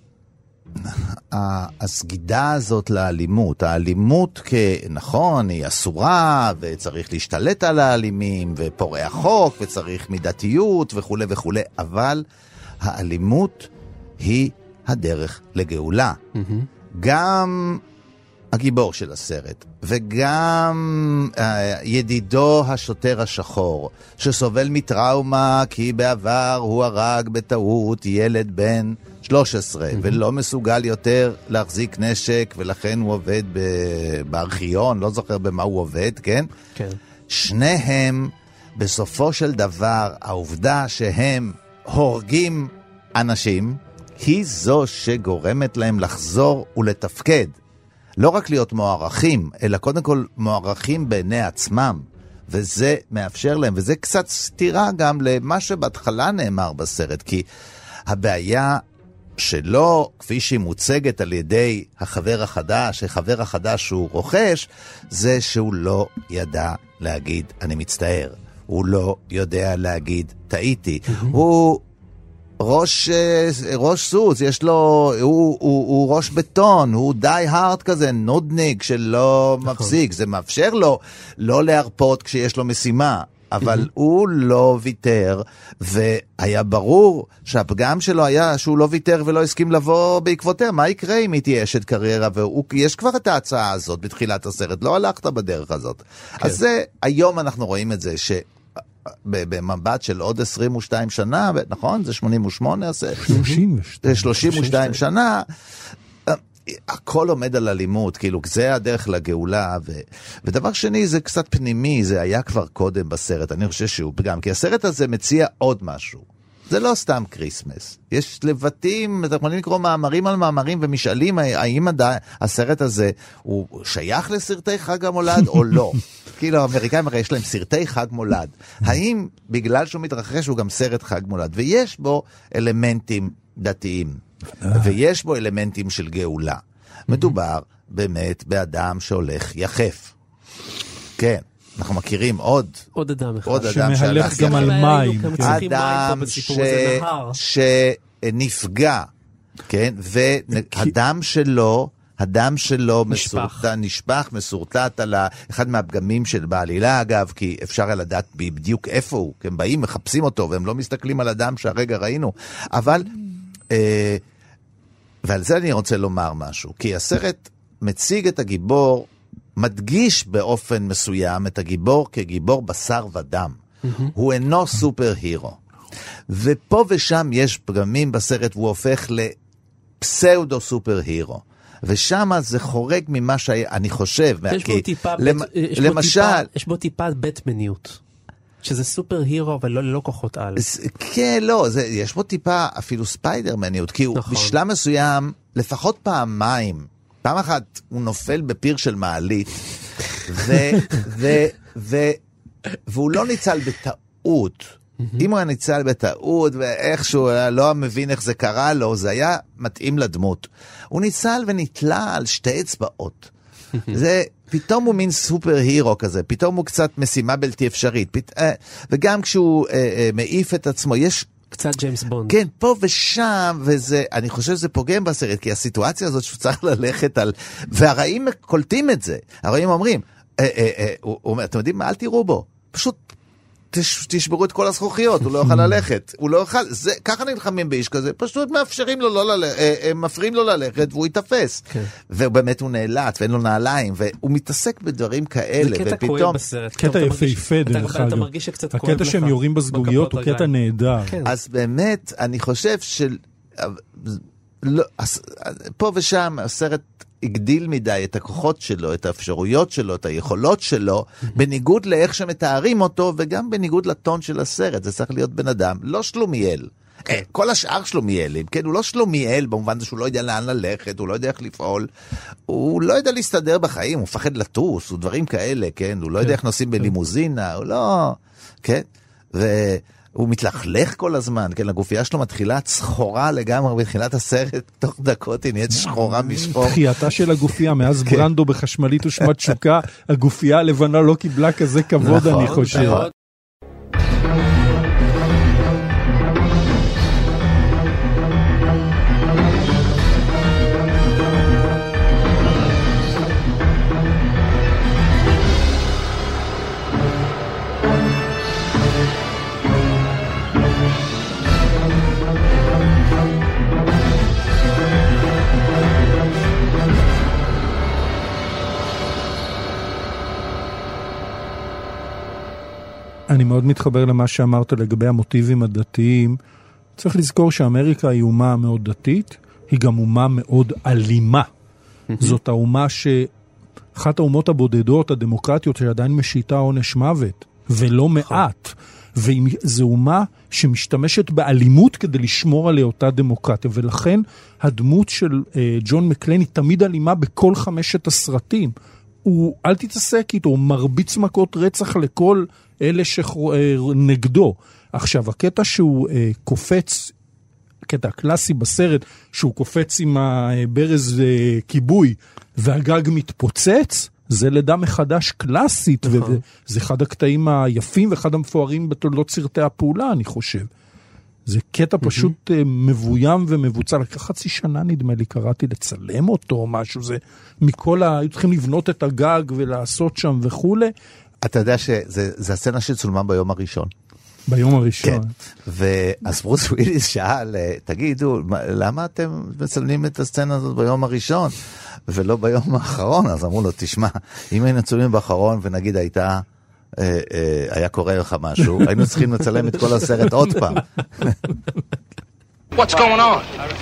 הסגידה הזאת לאלימות. האלימות כנכון היא אסורה וצריך להשתלט על האלימים ופורעי החוק וצריך מידתיות וכו' וכו', אבל האלימות היא הדרך לגאולה. גם הגיבור של הסרט וגם ידידו השוטר השחור שסובל מטראומה כי בעבר הוא הרג בטעות ילד בן 13 ולא מסוגל יותר להחזיק נשק ולכן הוא עובד בארכיון, לא זוכר במה הוא עובד, כן? כן. שניהם בסופו של דבר העובדה שהם הורגים אנשים היא זו שגורמת להם לחזור ולתפקד. לא רק להיות מוערכים, אלא קודם כל מוערכים בעיני עצמם, וזה מאפשר להם, וזה קצת סתירה גם למה שבהתחלה נאמר בסרט, כי הבעיה שלא, כפי שהיא מוצגת על ידי החבר החדש שהוא רוכש, זה שהוא לא ידע להגיד אני מצטער, הוא לא יודע להגיד טעיתי, הוא ראש סוס, יש לו, הוא ראש בטון, הוא די הארד כזה, נודניק שלא מפסיק, זה מאפשר לו לא להרפות כשיש לו משימה, אבל הוא לא ויתר, והיה ברור שהפגם שלו היה שהוא לא ויתר ולא הסכים לבוא בעקבותיה. מה יקרה אם היא תהיה אשת קריירה? ויש כבר את ההצעה הזאת בתחילת הסרט, לא הלכת בדרך הזאת. אז זה, היום אנחנו רואים את זה, במבט של עוד 22 שנה, נכון? זה 88, 32 שנה, הכל עומד על אלימות, כאילו זה הדרך לגאולה, ודבר שני זה קצת פנימי, זה היה כבר קודם בסרט, אני חושב שהוא פגם, כי הסרט הזה מציע עוד משהו, זה לא סתם קריסמס, יש לבטים, אתם יכולים לקרוא מאמרים על מאמרים ומשאלים, האם הסרט הזה הוא שייך לסרטי חג המולד או לא? כאילו האמריקאים הרי יש להם סרטי חג מולד, האם בגלל שהוא מתרחש הוא גם סרט חג מולד, ויש בו אלמנטים דתיים, ויש בו אלמנטים של גאולה. מדובר באמת באדם שהולך יחף. כן, אנחנו מכירים עוד אדם אחד. שמהלך גם על מים. אדם שנפגע, כן, הדם שלו נשפך, מסורטט על אחד מהפגמים של בעלילה, אגב, כי אפשר לדעת בדיוק איפה הוא, כי הם באים, מחפשים אותו, והם לא מסתכלים על הדם שהרגע ראינו, אבל ועל זה אני רוצה לומר משהו, כי הסרט מציג את הגיבור, מדגיש באופן מסוים את הגיבור כגיבור בשר ודם. הוא אינו סופר הירו. ופה ושם יש פגמים בסרט, והוא הופך לפסאודו סופר הירו. ושם זה חורג ממה שאני חושב. יש בו טיפה בטמניות. שזה סופר הירו, אבל לא כוחות על. כן, לא, יש בו טיפה אפילו ספיידרמניות, כי הוא בשלב מסוים, לפחות פעמיים, פעם אחת הוא נופל בפיר של מעלית, והוא לא ניצל בטעות. אם הוא היה ניצל בטעות, ואיכשהו לא מבין איך זה קרה לו, זה היה מתאים לדמות. הוא ניצל ונתלה על שתי אצבעות. זה פתאום הוא מין סופר הירו כזה, פתאום הוא קצת משימה בלתי אפשרית, וגם כשהוא מעיף את עצמו, יש קצת ג'יימס בונד. כן, פה ושם, וזה, אני חושב שזה פוגם בסרט, כי הסיטואציה הזאת שהוא צריך ללכת על, והרעים קולטים את זה, הרעים אומרים, הוא אומר, אתם יודעים מה, אל תראו בו, פשוט תשברו את כל הזכוכיות, הוא לא יוכל ללכת, הוא לא יוכל, ככה נלחמים באיש כזה, פשוט מאפשרים לו לא ללכת, מפריעים לו ללכת, והוא יתפס. ובאמת הוא נאלץ, ואין לו נעליים, והוא מתעסק בדברים כאלה, זה קטע כואב בסרט. קטע יפהפה דרך אגב. אתה מרגיש שקצת כואב לך. הקטע שהם יורים בזגוגיות הוא קטע נהדר. אז באמת, אני חושב פה ושם הסרט הגדיל מדי את הכוחות שלו, את האפשרויות שלו, את היכולות שלו, בניגוד לאיך שמתארים אותו, וגם בניגוד לטון של הסרט. זה צריך להיות בן אדם, לא שלומיאל. כל השאר שלומיילים, כן, הוא לא שלומיאל במובן זה שהוא לא יודע לאן ללכת, הוא לא יודע איך לפעול, הוא לא יודע להסתדר בחיים, הוא מפחד לטוס, הוא דברים כאלה, כן, הוא לא יודע איך נוסעים בלימוזינה, הוא לא, כן, הוא מתלכלך כל הזמן, כן, הגופייה שלו מתחילה צחורה לגמרי בתחילת הסרט, תוך דקות היא נהיית שחורה משחור. תחייתה של הגופייה, מאז ברנדו בחשמלית ושמת שוקה, הגופייה הלבנה לא קיבלה כזה כבוד, אני חושב. אני מאוד מתחבר למה שאמרת לגבי המוטיבים הדתיים. צריך לזכור שאמריקה היא אומה מאוד דתית, היא גם אומה מאוד אלימה. זאת האומה אחת האומות הבודדות, הדמוקרטיות, שעדיין משיתה עונש מוות, ולא מעט. וזו אומה שמשתמשת באלימות כדי לשמור עליה אותה דמוקרטיה, ולכן הדמות של ג'ון מקליין היא תמיד אלימה בכל 5 הסרטים. אל תתעסק איתו, הוא מרביץ מכות רצח לכל אלה שנגדו. עכשיו, הקטע שהוא קופץ, קטע קלאסי בסרט, שהוא קופץ עם הברז כיבוי, והגג מתפוצץ, זה לידה מחדש קלאסית, וזה אחד הקטעים היפים, ואחד המפוארים בתולדות סרטי הפעולה, אני חושב. זה קטע פשוט מבוים ומבוצע, לקח 0.5 שנה נדמה לי, קראתי לצלם אותו או משהו, זה מכל היו צריכים לבנות את הגג ולעשות שם וכו'. אתה יודע שזה הסצנה שצולמה ביום הראשון. ביום הראשון. כן, ואז ברוס וויליס שאל, תגידו, למה אתם מצלמים את הסצנה הזאת ביום הראשון ולא ביום האחרון? אז אמרו לו, תשמע, אם היינו צולמים באחרון ונגיד היה קורה לך משהו, היינו צריכים לצלם את כל הסרט עוד פעם. What's going on?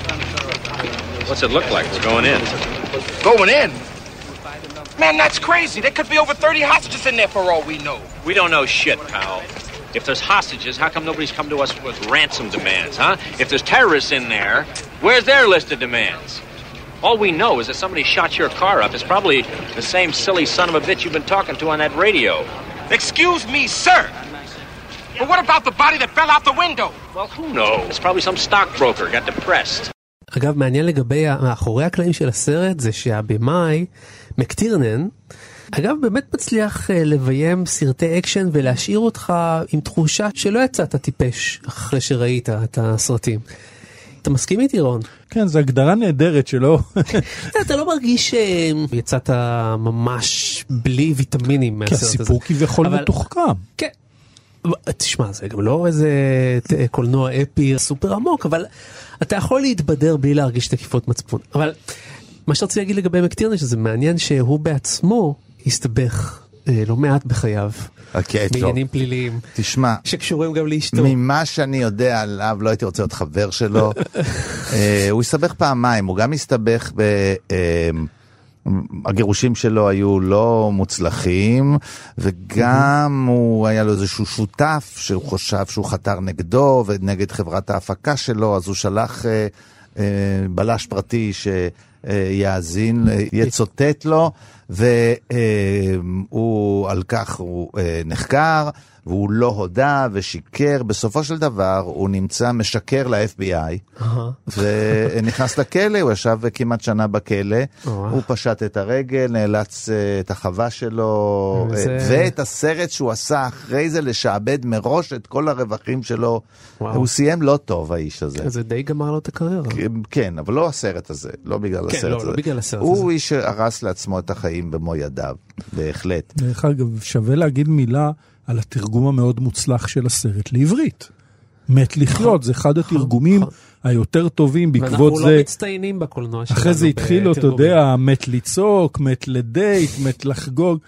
What's it look like? It's going in. Going in? Man, that's crazy. There could be over 30 hostages in there for all we know. We don't know shit, pal. If there's hostages, how come nobody's come to us with ransom demands, huh? If there's terrorists in there, where's their list of demands? All we know is that somebody shot your car up. It's probably the same silly son of a bitch you've been talking to on that radio. Excuse me, sir. But what about the body that fell out the window? Well, who knows? It's probably some stockbroker got depressed. אגב, מעניין לגבי מאחורי הקלעים של הסרט, זה שהבמאי, מקטירנן, אגב, באמת מצליח לביים סרטי אקשן ולהשאיר אותך עם תחושה שלא יצאת טיפש אחרי שראית את הסרטים. אתה מסכים איתי, רון? כן, זו הגדרה נהדרת שלא... אתה לא מרגיש שיצאת ממש בלי ויטמינים מהסרט הזה. כי הסיפור כביכול מתוחכם. כן. תשמע, זה גם לא איזה קולנוע אפי סופר עמוק, אבל אתה יכול להתבדר בלי להרגיש תקיפות מצפון. אבל מה שרציתי להגיד לגבי מקטירנן, שזה מעניין שהוא בעצמו הסתבך לא מעט בחייו. בעניינים פליליים. תשמע, שקשורים גם לאשתו. ממה שאני יודע עליו, לא הייתי רוצה להיות חבר שלו. הוא הסתבך פעמיים, הוא גם הסתבך הגירושים שלו היו לא מוצלחים, וגם הוא היה לו איזשהו שותף שהוא חושב שהוא חתר נגדו ונגד חברת ההפקה שלו, אז הוא שלח בלש פרטי שיאזין, יצוטט לו, והוא על כך הוא נחקר, והוא לא הודע ושיקר. בסופו של דבר הוא נמצא משקר ל-FBI, ונכנס לכלא, הוא ישב כמעט שנה בכלא, הוא פשט את הרגל, נאלץ את החווה שלו, ואת הסרט שהוא עשה אחרי זה לשעבד מראש את כל הרווחים שלו. הוא סיים לא טוב, האיש הזה. זה די גמר לו את הקריירה. כן, אבל לא הסרט הזה, לא בגלל הסרט הזה. הוא איש שהרס לעצמו את החיים במו ידיו, בהחלט. דרך אגב, שווה להגיד מילה על התרגום המאוד מוצלח של הסרט לעברית. מת לחיות, זה אחד התרגומים היותר טובים בעקבות זה. ואנחנו לא מצטיינים בקולנוע שלנו. אחרי זה התחילו, אתה יודע, מת לצעוק, מת לדייט, מת לחגוג.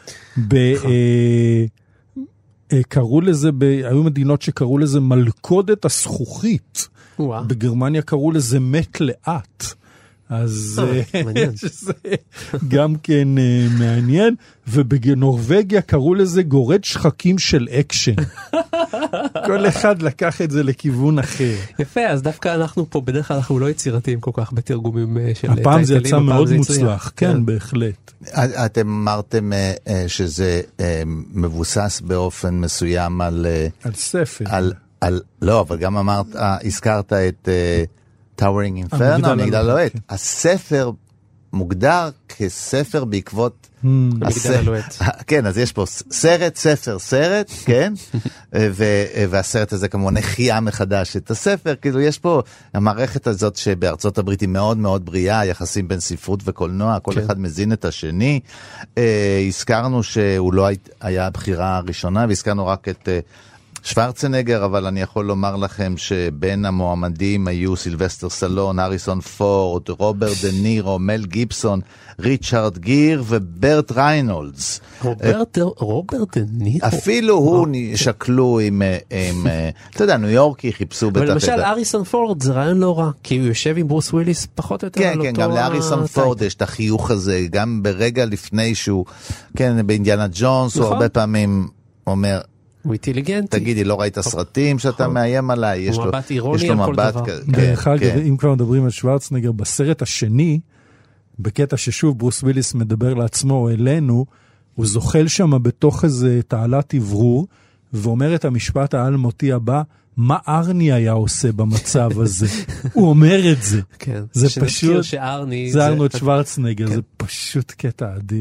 קראו לזה, היו מדינות שקראו לזה מלכודת הזכוכית. בגרמניה קראו לזה מת לאט. אז זה גם כן מעניין, ובנורווגיה קראו לזה גורד שחקים של אקשן. כל אחד לקח את זה לכיוון אחר. יפה, אז דווקא אנחנו פה, בדרך כלל אנחנו לא יצירתיים כל כך בתרגומים של טייטלים. הפעם זה יצא מאוד מוצלח, כן, בהחלט. אתם אמרתם שזה מבוסס באופן מסוים על ספר. לא, אבל גם הזכרת את Towering Inferno, מגדל הלוהט. הספר מוגדר כספר בעקבות מגדל הלוהט. כן, אז יש פה סרט, ספר, סרט, כן? והסרט הזה כמובן החיה מחדש את הספר, כאילו יש פה המערכת הזאת שבארצות הברית היא מאוד מאוד בריאה, יחסים בין ספרות וקולנוע, כל אחד מזין את השני. הזכרנו שהוא לא היה הבחירה הראשונה, והזכרנו רק את שוורצנגר, אבל אני יכול לומר לכם שבין המועמדים היו סילבסטר סלון, הריסון פורד, רוברט דה נירו, מל גיבסון, ריצ'רד גיר וברט ריינולדס. רוברט דה נירו? אפילו הוא שקלו עם אתה יודע, ניו יורקי חיפשו אבל למשל הריסון פורד זה רעיון לא רע, כי הוא יושב עם ברוס וויליס פחות או יותר על אותו... כן, גם להריסון פורד יש את החיוך הזה, גם ברגע לפני שהוא, כן, באינדיאנה ג'ונס, הוא הרבה פעמים אומר... הוא אינטליגנטי. תגידי, לא ראית סרטים שאתה מאיים עליי? יש לו מבט אירוני על כל דבר. דרך אגב, אם כבר מדברים על שוורצנגר, בסרט השני, בקטע ששוב ברוס וויליס מדבר לעצמו או אלינו, הוא זוחל שם בתוך איזה תעלת עברור, ואומר את המשפט האלמותי הבא, מה ארני היה עושה במצב הזה? הוא אומר את זה. כן. זה פשוט, זה ארנולד שוורצנגר, זה פשוט קטע אדיר.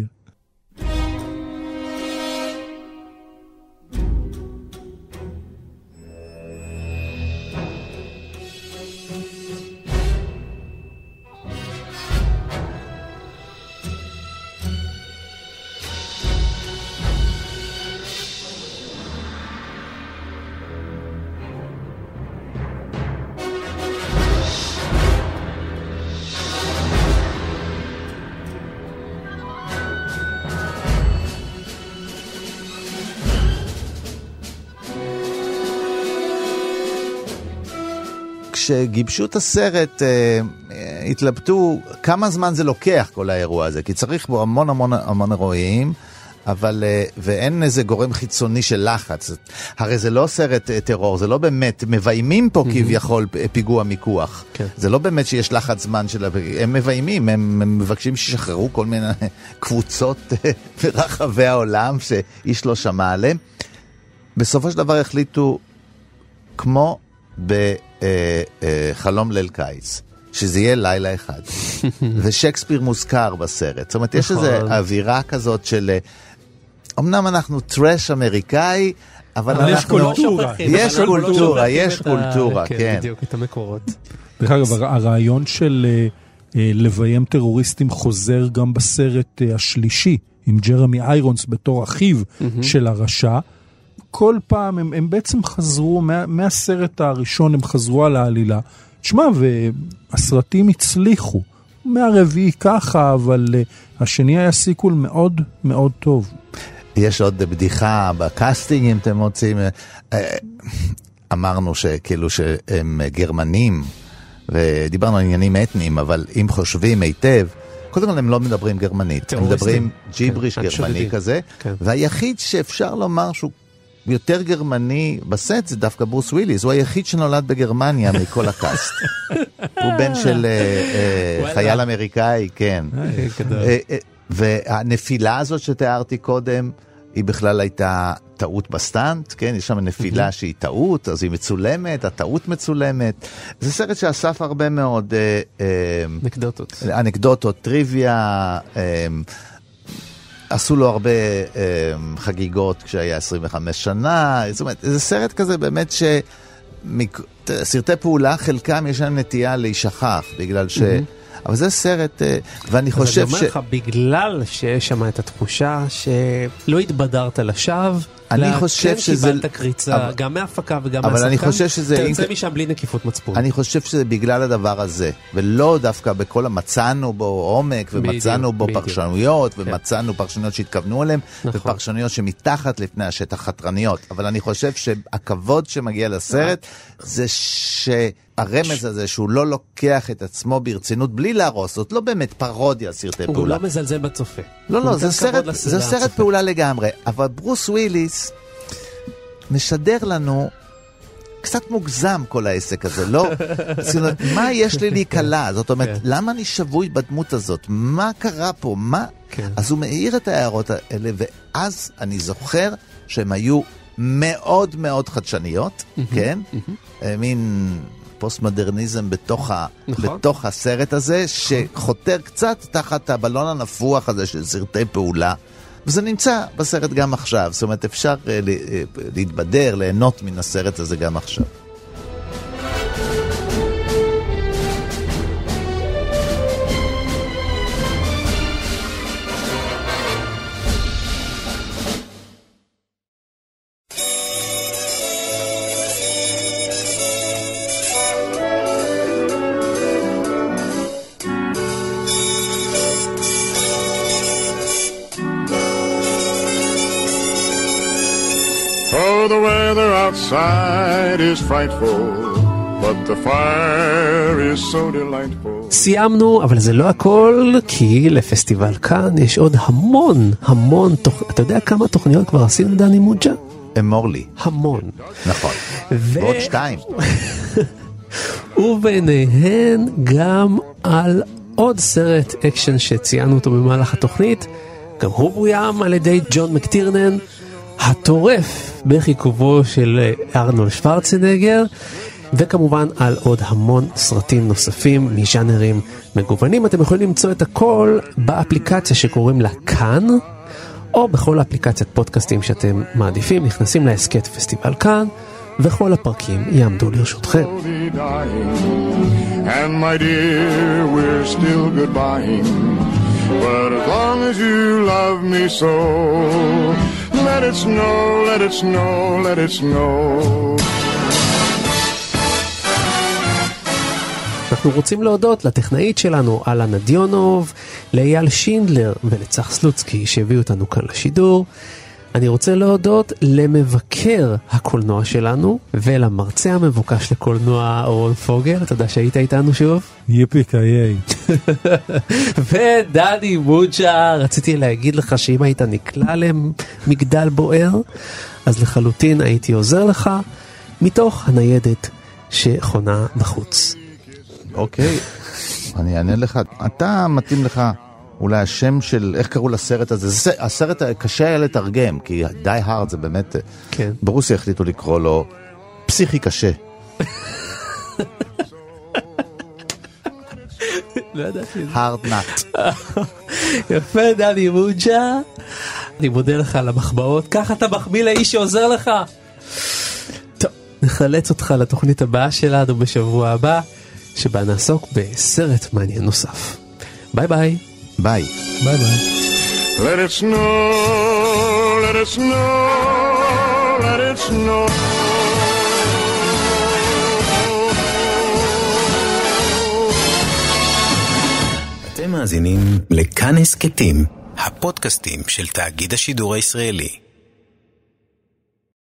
כשגיבשו את הסרט, התלבטו כמה זמן זה לוקח כל האירוע הזה, כי צריך בו המון המון המון אירועים, אבל, ואין איזה גורם חיצוני של לחץ. הרי זה לא סרט טרור, זה לא באמת, מביימים פה כביכול פיגוע מיקוח. זה לא באמת שיש לחץ זמן של... הם מביימים, הם מבקשים שישחררו כל מיני קבוצות ברחבי העולם שאיש לא שמע עליהם. בסופו של דבר החליטו, כמו בחלום ליל קיץ, שזה יהיה לילה אחד. ושייקספיר מוזכר בסרט. זאת אומרת, יש איזו אווירה כזאת של... אמנם אנחנו טרש אמריקאי, אבל יש קולטורה. יש קולטורה, כן. בדיוק, את המקורות. דרך אגב, הרעיון של לביים טרוריסטים חוזר גם בסרט השלישי, עם ג'רמי איירונס בתור אחיו של הרשע. כל פעם הם בעצם חזרו, מהסרט הראשון הם חזרו על העלילה. תשמע, והסרטים הצליחו. מהרביעי ככה, אבל השני היה סיקול מאוד מאוד טוב. יש עוד בדיחה בקאסטינג, אם אתם רוצים. אמרנו שכאילו שהם גרמנים, ודיברנו על עניינים אתניים, אבל אם חושבים היטב, קודם כל הם לא מדברים גרמנית, הם מדברים ג'יבריש גרמני כזה, והיחיד שאפשר לומר שהוא יותר גרמני בסט זה דווקא ברוס וויליס, הוא היחיד שנולד בגרמניה מכל הקאסט. הוא בן של חייל אמריקאי, כן. והנפילה הזאת שתיארתי קודם, היא בכלל הייתה טעות בסטנט, כן? יש שם נפילה שהיא טעות, אז היא מצולמת, הטעות מצולמת. זה סרט שאסף הרבה מאוד אנקדוטות, טריוויה, עשו לו הרבה חגיגות כשהיה 25 שנה, זאת אומרת, זה סרט כזה באמת סרטי פעולה, חלקם יש להם נטייה להישכח, בגלל אבל זה סרט, ואני חושב אז אני אומר לך, בגלל שיש שם את התחושה שלא התבדרת לשווא, אני חושב שזה... קיבלת קריצה, גם מהפקה וגם אבל אני מהשחקן, חושב שזה... תרצה משם בלי נקיפות מצפון. אני חושב שזה בגלל הדבר הזה, ולא דווקא בכל המצאנו בו עומק, ומצאנו בו פרשנויות, ומצאנו פרשנויות שהתכוונו עליהם, ופרשנויות שמתחת לפני השטח חתרניות. אבל אני חושב שהכבוד שמגיע לסרט, זה שהרמז הזה, שהוא לא לוקח את עצמו ברצינות, בלי להרוס, זאת לא באמת פרודיה, סרטי פעולה. הוא לא מזלזל בצופה. לא, זה סרט פעולה לגמרי. אבל ברוס וויליס משדר לנו קצת מוגזם כל העסק הזה, לא? מה יש לי להיקלה? זאת אומרת, למה אני שבוי בדמות הזאת? מה קרה פה? מה? אז הוא מאיר את ההערות האלה, ואז אני זוכר שהם היו מאוד מאוד חדשניות, כן? מין פוסט-מודרניזם בתוך הסרט הזה, שחותר קצת תחת הבלון הנפוח הזה של סרטי פעולה, וזה נמצא בסרט גם עכשיו. זאת אומרת, אפשר להתבדר, ליהנות מן הסרט הזה גם עכשיו. The weather outside is frightful, but the fire is so delightful. סיימנו, אבל זה לא הכל, כי לפסטיבל כאן יש עוד המון אתה יודע כמה תוכניות כבר עשינו, דני מוג'ה? אמור לי. המון. נכון. ועוד 2. וביניהן גם על עוד סרט אקשן שציינו אותו במהלך התוכנית, גם הוא בוים על ידי ג'ון מקטירנן, הטורף בחיכובו של ארנולד שוורצנגר, וכמובן על עוד המון סרטים נוספים מז'אנרים מגוונים. אתם יכולים למצוא את הכל באפליקציה שקוראים לה כאן, או בכל אפליקציית פודקאסטים שאתם מעדיפים. נכנסים להסקט פסטיבל כאן, וכל הפרקים יעמדו לרשותכם. And my dear, we're still goodbying, but as long as you love me so, let it snow, let it snow, let it snow. אנחנו רוצים להודות לטכנאית שלנו, אלנה נדיונוב, לאייל שינדלר ולצח סלוצקי שהביאו אותנו כאן לשידור. אני רוצה להודות למבקר הקולנוע שלנו ולמרצה המבוקש לקולנוע אורון פוגל. אתה יודע שהיית איתנו שוב? יפי קיי. ודני מוג'ה, רציתי להגיד לך שאם היית נקלע למגדל בוער, אז לחלוטין הייתי עוזר לך מתוך הניידת שחונה בחוץ. אוקיי, אני אענה לך. אתה מתאים לך אולי השם של, איך קראו לסרט הזה? הסרט קשה היה לתרגם, כי די הארד זה באמת, כן. ברוסיה החליטו לקרוא לו פסיכי קשה. לא ידעתי. הארד נאט. יפה, דני מוג'ה. אני מודה לך על המחמאות. ככה אתה מחמיא לאיש שעוזר לך. טוב, נחלץ אותך לתוכנית הבאה שלנו בשבוע הבא, שבה נעסוק בסרט מעניין נוסף. ביי ביי. ביי. ביי ביי. Let it snow, let it snow, let it snow. אתם מאזינים לכאן הסקטים, הפודקאסטים של תאגיד השידור הישראלי.